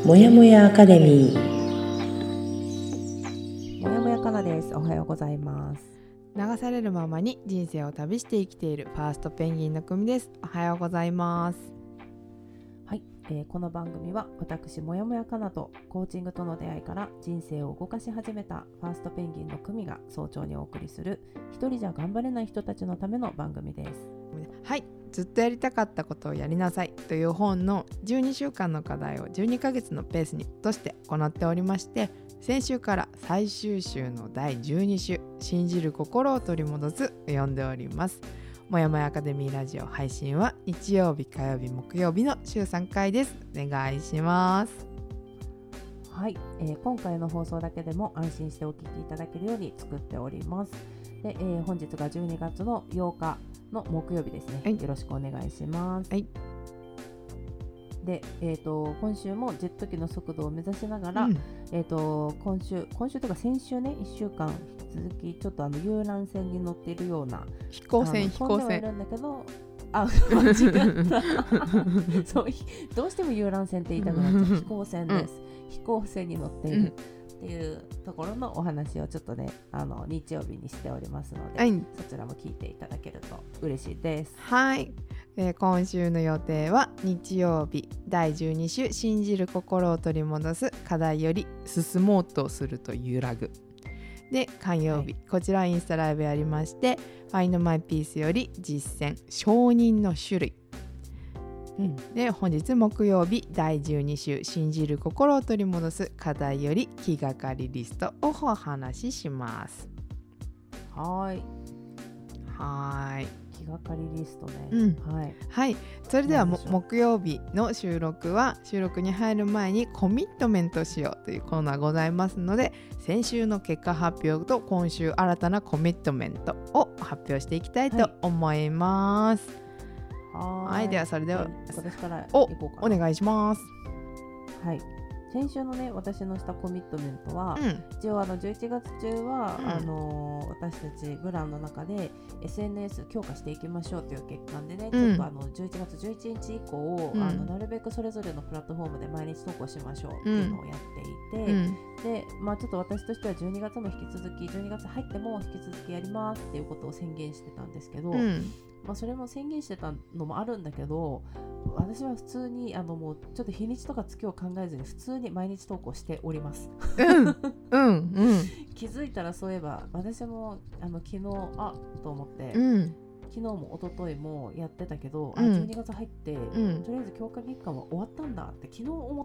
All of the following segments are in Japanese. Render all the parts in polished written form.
もやもやアカデミー。 もやもやかなです。おはようございます。 流されるままに人生を旅して生きているファーストペンギンの組です。おはようございます。 はい、この番組は私もやもやかなとコーチングとの出会いから人生を動かし始めたファーストペンギンの組が早朝にお送りする一人じゃ頑張れない人たちのための番組です。 はい、ずっとやりたかったことをやりなさいという本の12週間の課題を12ヶ月のペースに落として行っておりまして、先週から最終週の第12週信じる心を取り戻す読んでおります。もやもやアカデミーラジオ配信は日曜日、火曜日、木曜日の週3回です。お願いします。 はい、今回の放送だけでも安心してお聞きいただけるように作っております。で、本日が12月の8日の木曜日ですね、 はい、 よろしくお願いします。 はい。 で、今週もジェット機の速度を目指しながら、今週とか先週ね1週間引き続きちょっと遊覧船に乗っているような飛行船飛んではいるんだけど間違ったそうどうしても遊覧船って言いたくなっちゃう飛行船です、飛行船に乗っているっていうところのお話をちょっとね日曜日にしておりますので、 はい、 そちらも聞いていただけると嬉しいです。 はい、今週の予定は日曜日第12週信じる心を取り戻す課題より進もうとすると揺らぐで、火曜日、こちらインスタライブやりまして Find My Peace より実践承認の種類、で本日木曜日第12週信じる心を取り戻す課題より気がかりリストをお話しします。 はい、気がかりリストね、 はい、それでは木曜日の収録に入る前にコミットメントしようというコーナーございますので、先週の結果発表と今週新たなコミットメントを発表していきたいと思います。はい、ではそれでは私からいこうかな。 お願いします。 はい、先週のね私のしたコミットメントは、一応11月中は、私たちブランの中で SNS 強化していきましょうという欠陥でね、ちょっと11月11日以降、なるべくそれぞれのプラットフォームで毎日投稿しましょうっていうのをやっていて、で、ちょっと私としては12月も引き続き12月入っても引き続きやりますっていうことを宣言してたんですけど、それも宣言してたのもあるんだけど、私は普通にもうちょっと日にちとか月を考えずに普通に毎日投稿しております気づいたらそういえば私も昨日と思って、昨日も一昨日もやってたけど、12月入って、とりあえず強化月間は終わったんだって昨日思った、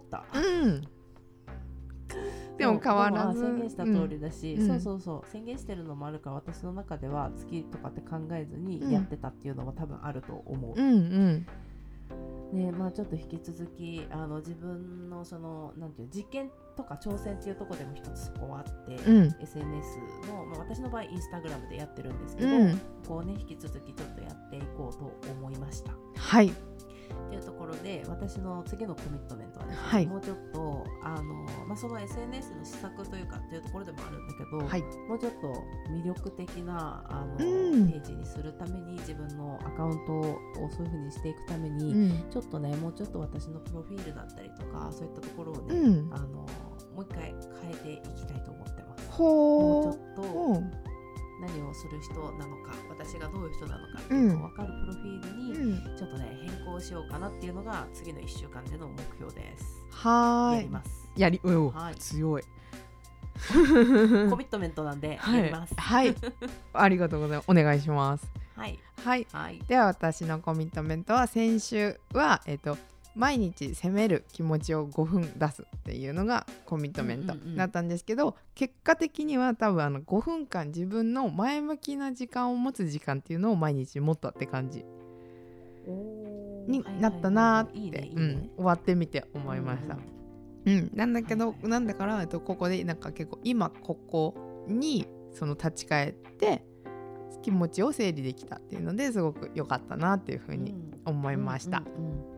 でも変わらず宣言した通りだし、そう宣言してるのもあるから私の中では月とかって考えずにやってたっていうのも多分あると思う。ね、ちょっと引き続き自分のそのなんていう実験とか挑戦っていうところでも一つそこはあって、SNS の、私の場合インスタグラムでやってるんですけど、こうね引き続きちょっとやっていこうと思いました。 はいっていうところで私の次のコミットメントはですね、もうちょっとその SNS の施策というかっていうところでもあるんだけど、もうちょっと魅力的なページにするために自分のアカウントをそういう風にしていくために、ちょっとねもうちょっと私のプロフィールだったりとかそういったところをね、もう一回変えていきたいと思ってます。もうちょっと何をする人なのか、私がどういう人なのかっていうのが分かるプロフィールにちょっとね変更しようかなっていうのが次の1週間での目標です。やります。 強いコミットメントなんでやります。 ありがとうございます。お願いします。では私のコミットメントは先週は毎日責める気持ちを5分出すっていうのがコミットメントだったんですけど、結果的には多分5分間自分の前向きな時間を持つ時間っていうのを毎日持ったって感じになったなーって終わってみて思いました。なんだけど、なんだからここでなんか結構今ここにその立ち返って気持ちを整理できたっていうのですごく良かったなっていうふうに思いました。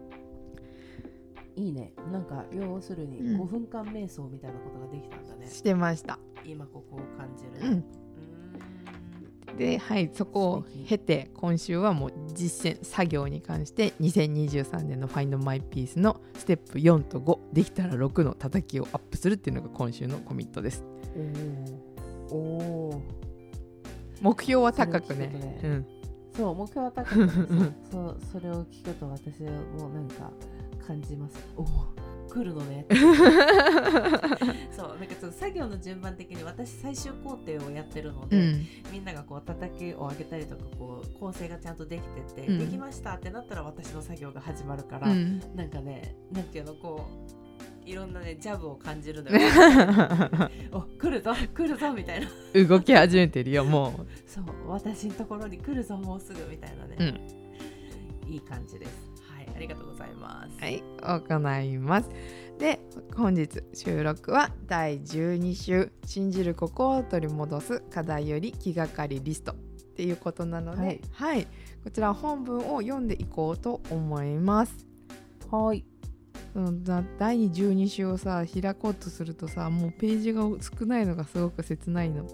いいね。なんか要するに5分間瞑想みたいなことができたんだね。 してました。 今ここを感じるね。 で、はい、そこを経て今週はもう実践作業に関して2023年の Find My Piece のステップ4と5できたら6の叩きをアップするっていうのが今週のコミットです。 お目標は高くね、うん、 そう目標は高くねそれを聞くと私もなんか感じます。来るのねそうなんかちょっと作業の順番的に私最終工程をやってるので、みんながこう叩きを上げたりとかこう構成がちゃんとできてて、できましたってなったら私の作業が始まるから、なんかねなんていうのこういろんなねジャブを感じるのよお来るぞみたいな動き始めてるよもうそう私のところに来るぞもうすぐみたいなね、いい感じです。ありがとうございます。 はい、行います。で、本日収録は第12週信じる心を取り戻す課題より気がかりリストっていうことなので、はい、こちら本文を読んでいこうと思います。 はい。 第12週をさ開こうとするとさもうページが少ないのがすごく切ないの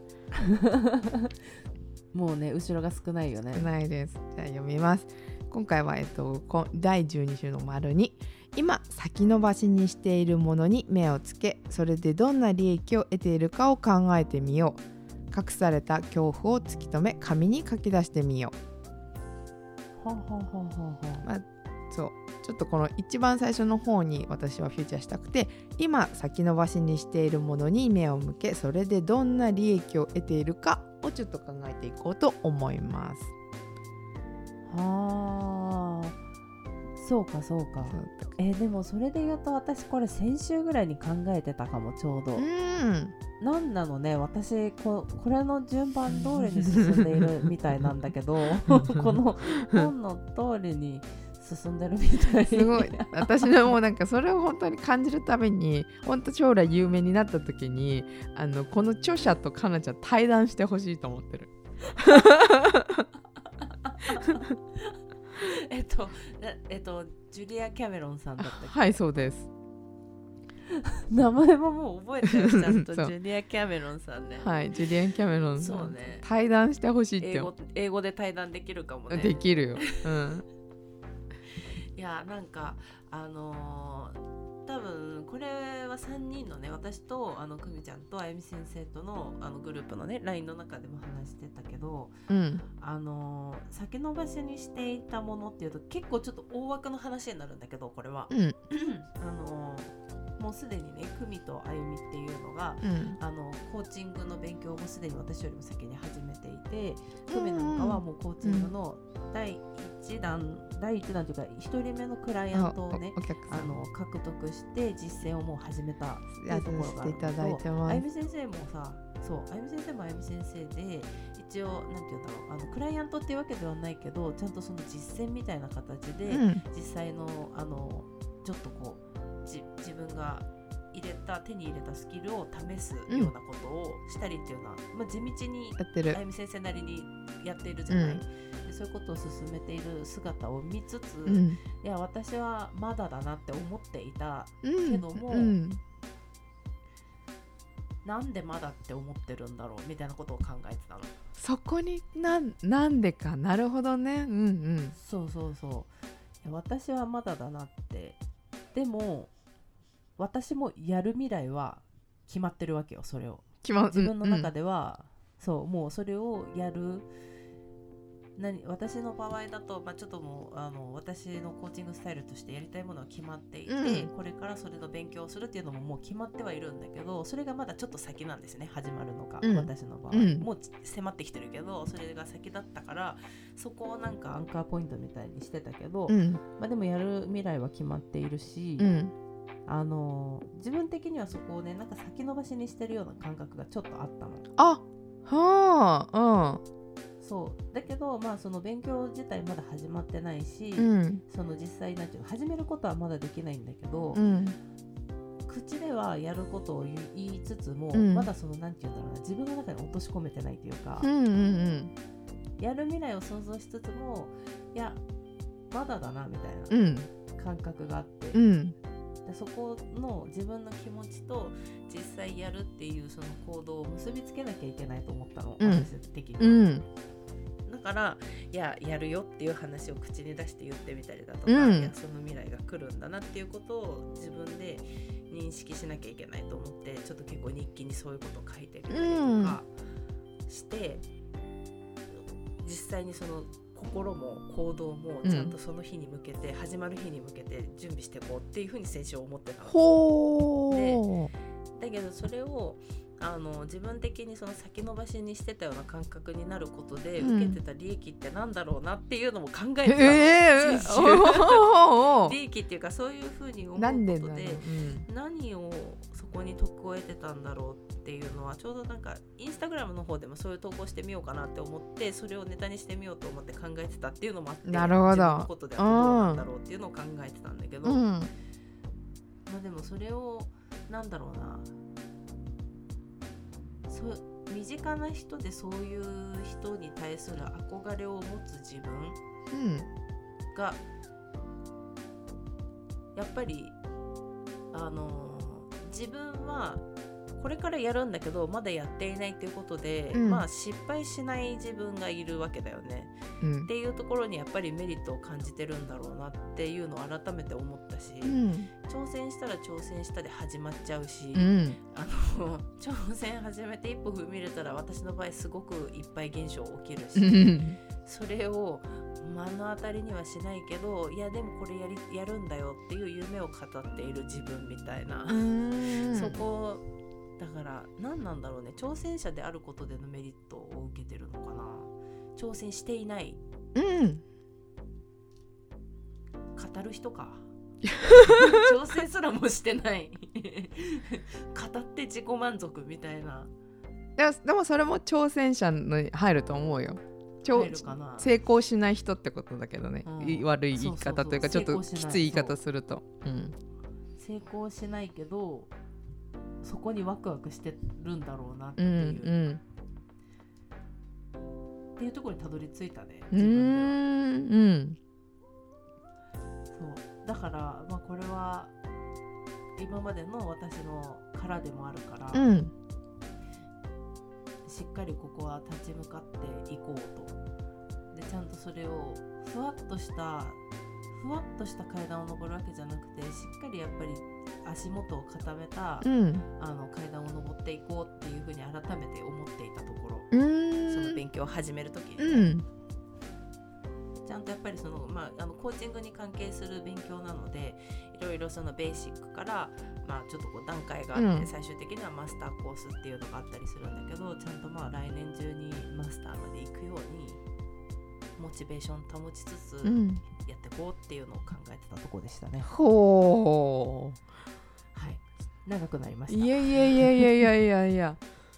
もうね後ろが少ないよね。 少ないです。じゃあ読みます。今回は、第12週の丸2今先延ばしにしているものに目をつけそれでどんな利益を得ているかを考えてみよう。隠された恐怖を突き止め紙に書き出してみよう。そうちょっとこの一番最初の方に私はフューチャーしたくて今先延ばしにしているものに目を向けそれでどんな利益を得ているかをちょっと考えていこうと思います。 そうかでもそれで言うと私これ先週ぐらいに考えてたかもちょうど、なんなのね私これの順番通りに進んでいるみたいなんだけどこの本の通りに進んでるみたいすごい私のもうなんかそれを本当に感じるために本当将来有名になった時にこの著者とかなちゃん対談してほしいと思ってるジュリア・キャメロンさんだったっけ？ はいそうです名前ももう覚えてるちゃんとジュリア・キャメロンさんね。 はいジュリア・キャメロンさん、ね、対談してほしいって英語で対談できるかもね。 できるよ、 いやなんか多分これは3人のね私と久美ちゃんとあゆみ先生とのグループのね LINE の中でも話してたけど、先延ばしにしていたものっていうと結構ちょっと大枠の話になるんだけどこれは、もうすでにね久美とあゆみっていうのが、コーチングの勉強もすでに私よりも先に始めていて久美なんかはもうコーチングの第1弾というか1人目のクライアントをね獲得して実践をもう始めたっていうところがあるんだけど、あゆみ先生もさあゆみ先生もあゆみ先生で一応なんていうんだろうクライアントっていうわけではないけどちゃんとその実践みたいな形で、実際のちょっとこう自分が手に入れたスキルを試すようなことをしたりっていうのは、地道にあゆみ先生なりにやっているじゃない、でそういうことを進めている姿を見つつ、いや私はまだだなって思っていたけども、なんでまだって思ってるんだろうみたいなことを考えてたの。 そこになんでかなるほどね。 そういや私はまだだなって。でも私もやる未来は決まってるわけよ。それを自分の中では、もうそれをやる私の場合だと、ちょっともう私のコーチングスタイルとしてやりたいものは決まっていて、これからそれの勉強をするっていうのももう決まってはいるんだけどそれがまだちょっと先なんですね始まるのが、私の場合、もう迫ってきてるけどそれが先だったからそこをなんかアンカーポイントみたいにしてたけど、でもやる未来は決まっているし、自分的にはそこをねなんか先延ばしにしてるような感覚がちょっとあったの。そうだけどその勉強自体まだ始まってないし、その実際なんていうの始めることはまだできないんだけど、口ではやることを言いつつも、まだそのなんていうんだろうな自分の中に落とし込めてないというか、やる未来を想像しつつもいやまだだなみたいな感覚があって、 でそこの自分の気持ちと実際やるっていうその行動を結びつけなきゃいけないと思ったの、私的に、だからやるよっていう話を口に出して言ってみたりだとか、いやその未来が来るんだなっていうことを自分で認識しなきゃいけないと思って、ちょっと結構日記にそういうことを書いてみたりとかして、実際にその心も行動もちゃんとその日に向けて、始まる日に向けて準備していこうっていうふうに先週思ってたの。だけどそれを自分的にその先延ばしにしてたような感覚になることで、受けてた利益ってなんだろうなっていうのも考えてたの、利益っていうかそういうふうに思うことで何をそこに得を得てたんだろうっていうのは、ちょうどなんかインスタグラムの方でもそういう投稿してみようかなって思って、それをネタにしてみようと思って考えてたっていうのもあって、 なるほど、 自分のことではどうなんだろうっていうのを考えてたんだけど、まあ、でもそれをなんだろうな、身近な人でそういう人に対する憧れを持つ自分が、やっぱり自分はこれからやるんだけどまだやっていないっていうことで、まあ失敗しない自分がいるわけだよね、っていうところにやっぱりメリットを感じてるんだろうなっていうのを改めて思ったし、挑戦したら挑戦したで始まっちゃうし、挑戦始めて一歩踏み入れたら私の場合すごくいっぱい現象起きるし、それを目の当たりにはしないけど、いやでもこれやるんだよっていう夢を語っている自分みたいな、そこだから何なんだろうね、挑戦者であることでのメリットを受けてるのかな。挑戦していない、語る人か挑戦すらもしてない語って自己満足みたいな。 でもそれも挑戦者に入ると思うよ。成功しない人ってことだけどね、悪い言い方というかちょっときつい言い方すると、 成功しないけどそこにワクワクしてるんだろうなっていう、っていうところにたどり着いたね、自分で。そうだから、まあ、これは今までの私の殻でもあるから、しっかりここは立ち向かっていこうと。でちゃんとそれをふわっとした階段を登るわけじゃなくて、しっかりやっぱり足元を固めた、階段を登っていこうっていうふうに改めて思っていたところ、その勉強を始めるときに、ちゃんとやっぱりその、コーチングに関係する勉強なので、いろいろそのベーシックから、ちょっとこう段階があって、最終的にはマスターコースっていうのがあったりするんだけど、ちゃんと来年中にマスターまで行くようにモチベーション保ちつつやっていこうっていうのを考えてたところでしたね。 ほう、はい、長くなりました。 いや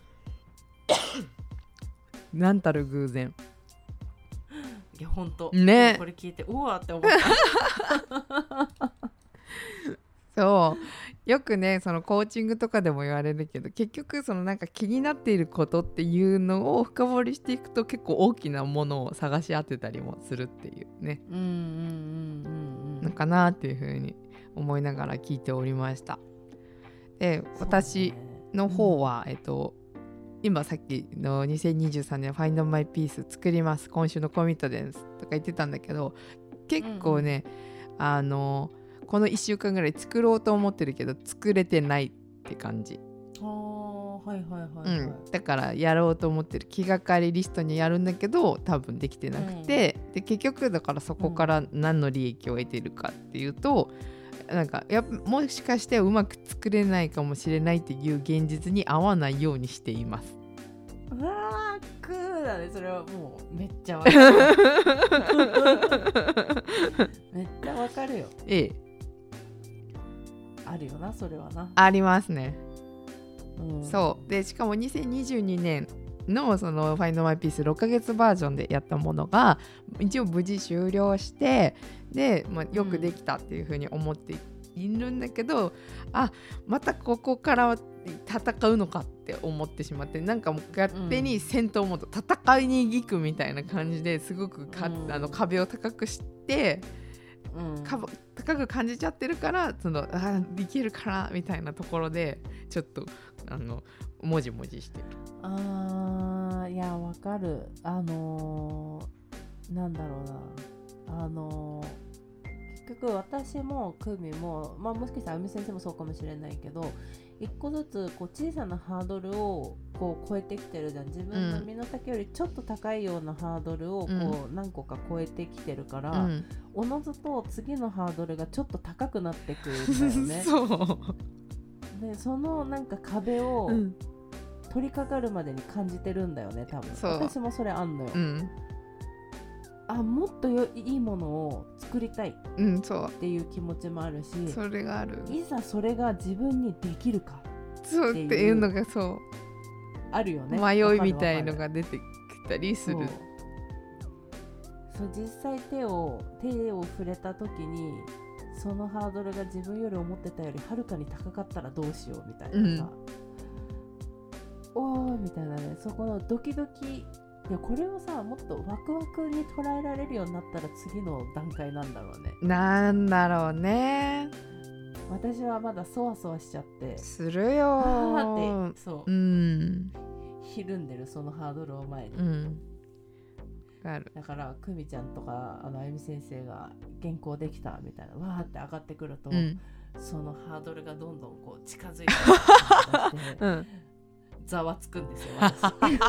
なんたる偶然。 いや本当ね、 これ聞いてうわって思ったそうよくね、そのコーチングとかでも言われるけど、結局そのなんか気になっていることっていうのを深掘りしていくと結構大きなものを探し当てたりもするっていうね、のかなっていうふうに思いながら聞いておりました。で、私の方は、今さっきの2023年ファインドマイピース作ります、今週のコミットですとか言ってたんだけど、結構ね、この1週間ぐらい作ろうと思ってるけど作れてないって感じ。だからやろうと思ってる気がかりリストにやるんだけど多分できてなくて、で結局だからそこから何の利益を得てるかっていうと、なんかもしかしてうまく作れないかもしれないっていう現実に合わないようにしています。 うわー、クーだね。それはもうめっちゃわかるめっちゃわかるよ。あるよな、それはな。 ありますね、そうで、しかも2022年のそのファインドマイピース6ヶ月バージョンでやったものが一応無事終了して、で、よくできたっていう風に思っているんだけど、またここから戦うのかって思ってしまって、なんかもう勝手に戦闘モード、戦いに行くみたいな感じですごく壁を高くして、高高く感じちゃってるからできるからみたいなところでちょっともじもじしてる。 いやわかる。なんだろうな、結局私もクミも、もしかしたらあゆみ先生もそうかもしれないけど、一個ずつこう小さなハードルをこう超えてきてるじゃん。自分の身の丈よりちょっと高いようなハードルをこう何個か超えてきてるから、おのずと次のハードルがちょっと高くなってくるんだよね。そうで、そのなんか壁を取り掛かるまでに感じてるんだよね、多分。私もそれあんのよ。もっといいものを作りたいっていう気持ちもあるし、 それがある。 いざそれが自分にできるかっていうのがそうあるよね。 迷いみたいのが出てきたりする。 そう実際手を触れた時にそのハードルが自分より思ってたよりはるかに高かったらどうしようみたいなさ、おーみたいなね、そこのドキドキ。いやこれをさ、もっとワクワクに捉えられるようになったら次の段階なんだろうね。 なんだろうね。 私はまだそわそわしちゃってするよーってそう、ひるんでるそのハードルを前に、だから久美ちゃんとかあゆみ先生が原稿できたみたいなわーって上がってくると、そのハードルがどんどんこう近づいてきて、ざわつくんですよ私。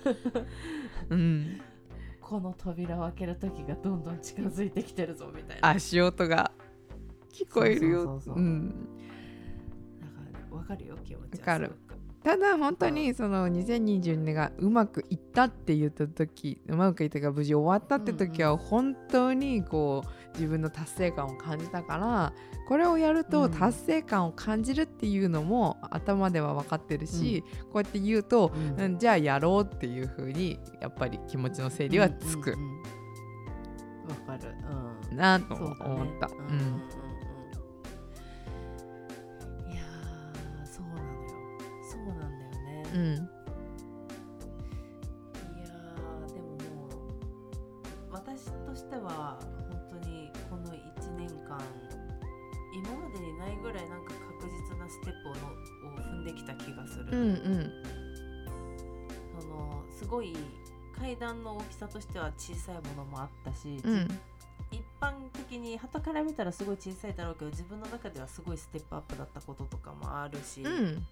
この扉を開ける時がどんどん近づいてきてるぞみたいな足音が聞こえるよ。 だからね、分かるよ気持ちは。分かる。 ただ本当にその2022年がうまくいったって言った時、うまくいったが無事終わったって時は本当にこう自分の達成感を感じたから、これをやると達成感を感じるっていうのも頭では分かってるし、こうやって言うと、じゃあやろうっていう風にやっぱり気持ちの整理はつく。 わかる、 なと思った。 いやでももう私としては本当にこの1年間今までにないぐらいなんか確実なステップを踏んできた気がする。すごい階段の大きさとしては小さいものもあったし、一般的に傍から見たらすごい小さいだろうけど自分の中ではすごいステップアップだったこととかもあるし、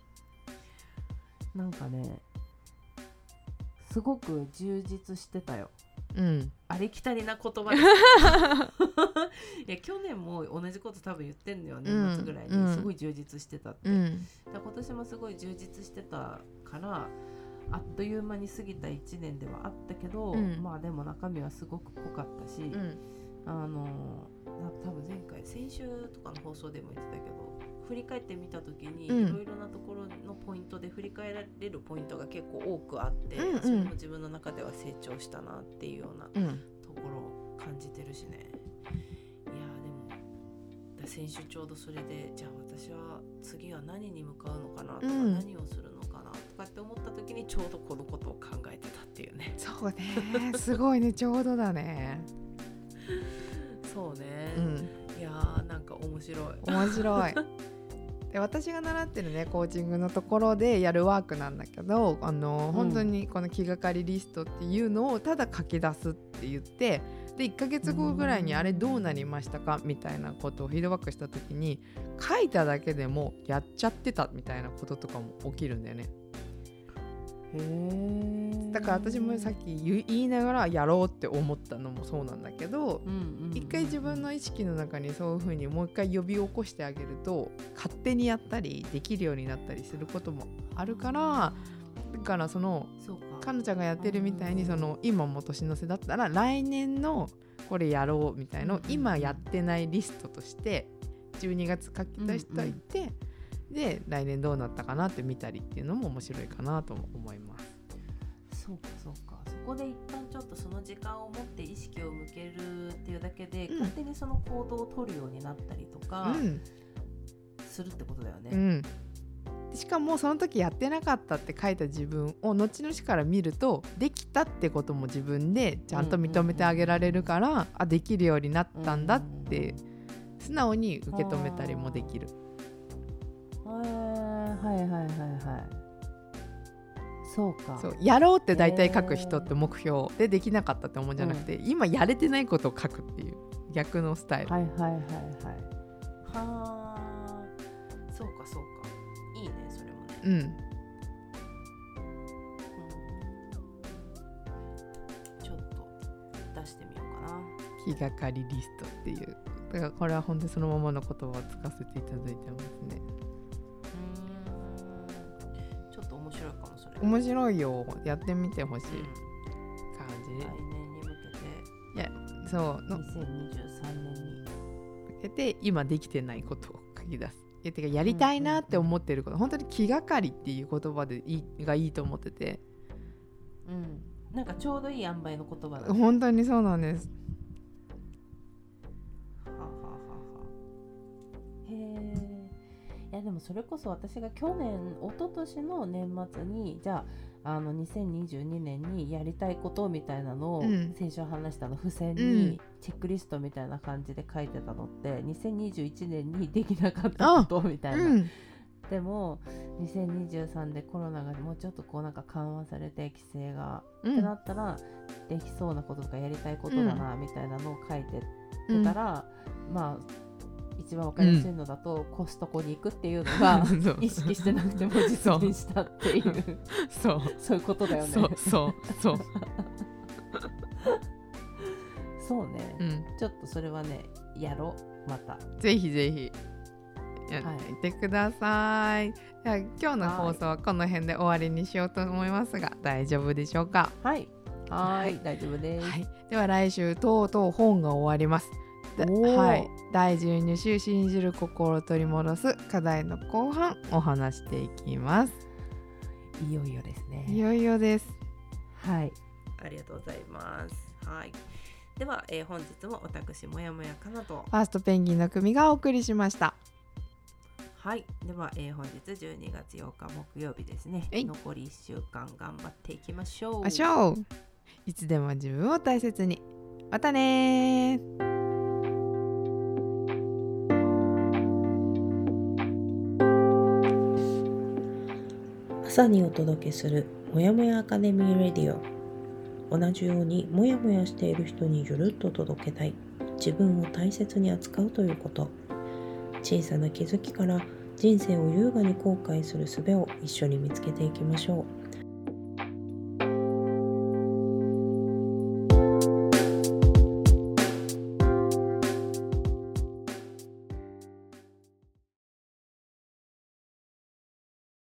なんかねすごく充実してたよ。ありきたりな言葉ですいや去年も同じこと多分言ってんだよ、年末ぐらいにすごい充実してたって、今年もすごい充実してたからあっという間に過ぎた1年ではあったけど、まあでも中身はすごく濃かったし、多分先週とかの放送でも言ってたけど、振り返ってみた時にいろいろなところのポイントで振り返られるポイントが結構多くあって、それも自分の中では成長したなっていうようなところを感じてるしね。いやでも先週ちょうどそれでじゃあ私は次は何に向かうのかなとか、何をするのかなとかって思った時にちょうどこのことを考えてたっていうね。 そうね、すごいね、ちょうどだね。 そうね、いやなんか面白いで私が習ってるねコーチングのところでやるワークなんだけど、本当にこの気がかりリストっていうのをただ書き出すって言って、で1ヶ月後ぐらいにあれどうなりましたかみたいなことをフィードバックした時に、書いただけでもやっちゃってたみたいなこととかも起きるんだよね。だから私もさっき言いながらやろうって思ったのもそうなんだけど、一回自分の意識の中にそういう風にもう一回呼び起こしてあげると勝手にやったりできるようになったりすることもあるから、だからそのかのちゃんがやってるみたいに、その今も年の瀬だったら来年のこれやろうみたいのを今やってないリストとして12月書き出しといて、で来年どうなったかなって見たりっていうのも面白いかなと思います。 そうかそこで一旦ちょっとその時間を持って意識を向けるっていうだけで、勝手にその行動を取るようになったりとかするってことだよね。 しかもその時やってなかったって書いた自分を後々から見ると、できたってことも自分でちゃんと認めてあげられるから、できるようになったんだって素直に受け止めたりもできる。 はいはいはいはい。そうか。 そうやろうって大体書く人って目標でできなかったって思うんじゃなくて、今やれてないことを書くっていう逆のスタイル。 はいはいはいはい。はあ、そうかそうか。いいねそれもね。 うん。 ちょっと出してみようかな。 気がかりリストっていう。だからこれは本当にそのままの言葉を使わせていただいてますね。 ちょっと面白いかもそれ。 面白いよ。やってみてほしい感じ。 来年に向けて。 いや、そうの2023年に向けて今できてないことを書き出す。てかやりたいなって思ってること、本当に気がかりっていう言葉でがいいと思ってて、 なんかちょうどいい塩梅の言葉だ、 ね、本当にそうなんです。 へえ。いやでもそれこそ私が一昨年の年末にじゃあ2022年にやりたいことみたいなのを、先週話した付箋にチェックリストみたいな感じで書いてたのって、2021年にできなかったことみたいな、でも2023でコロナがもうちょっとこうなんか緩和されて規制が、ってなったらできそうなこととかやりたいことだなみたいなのを書いてってたら、まあ一番わかりやすいのだと、コストコに行くっていうのが意識してなくても実現したっていうそういうことだよね。そうね、ちょっとそれはねやろう。またぜひぜひやってみてください。では今日の放送はこの辺で終わりにしようと思いますが、大丈夫でしょうか？ はい、大丈夫です。 では来週とうとう本が終わります。第12週信じる心を取り戻す課題の後半お話していきます。 いよいよですね。 いよいよです。 はい、ありがとうございます。はい、では、本日も私もやもやかなとファーストペンギンの組がお送りしました。 はい、では、本日12月8日木曜日ですね。残り1週間頑張っていきましょう。 いつでも自分を大切に。またね。 朝にお届けするもやもやアカデミーレディオ。同じようにもやもやしている人にゆるっと届けたい、自分を大切に扱うということ。小さな気づきから人生を優雅に後悔する術を一緒に見つけていきましょう。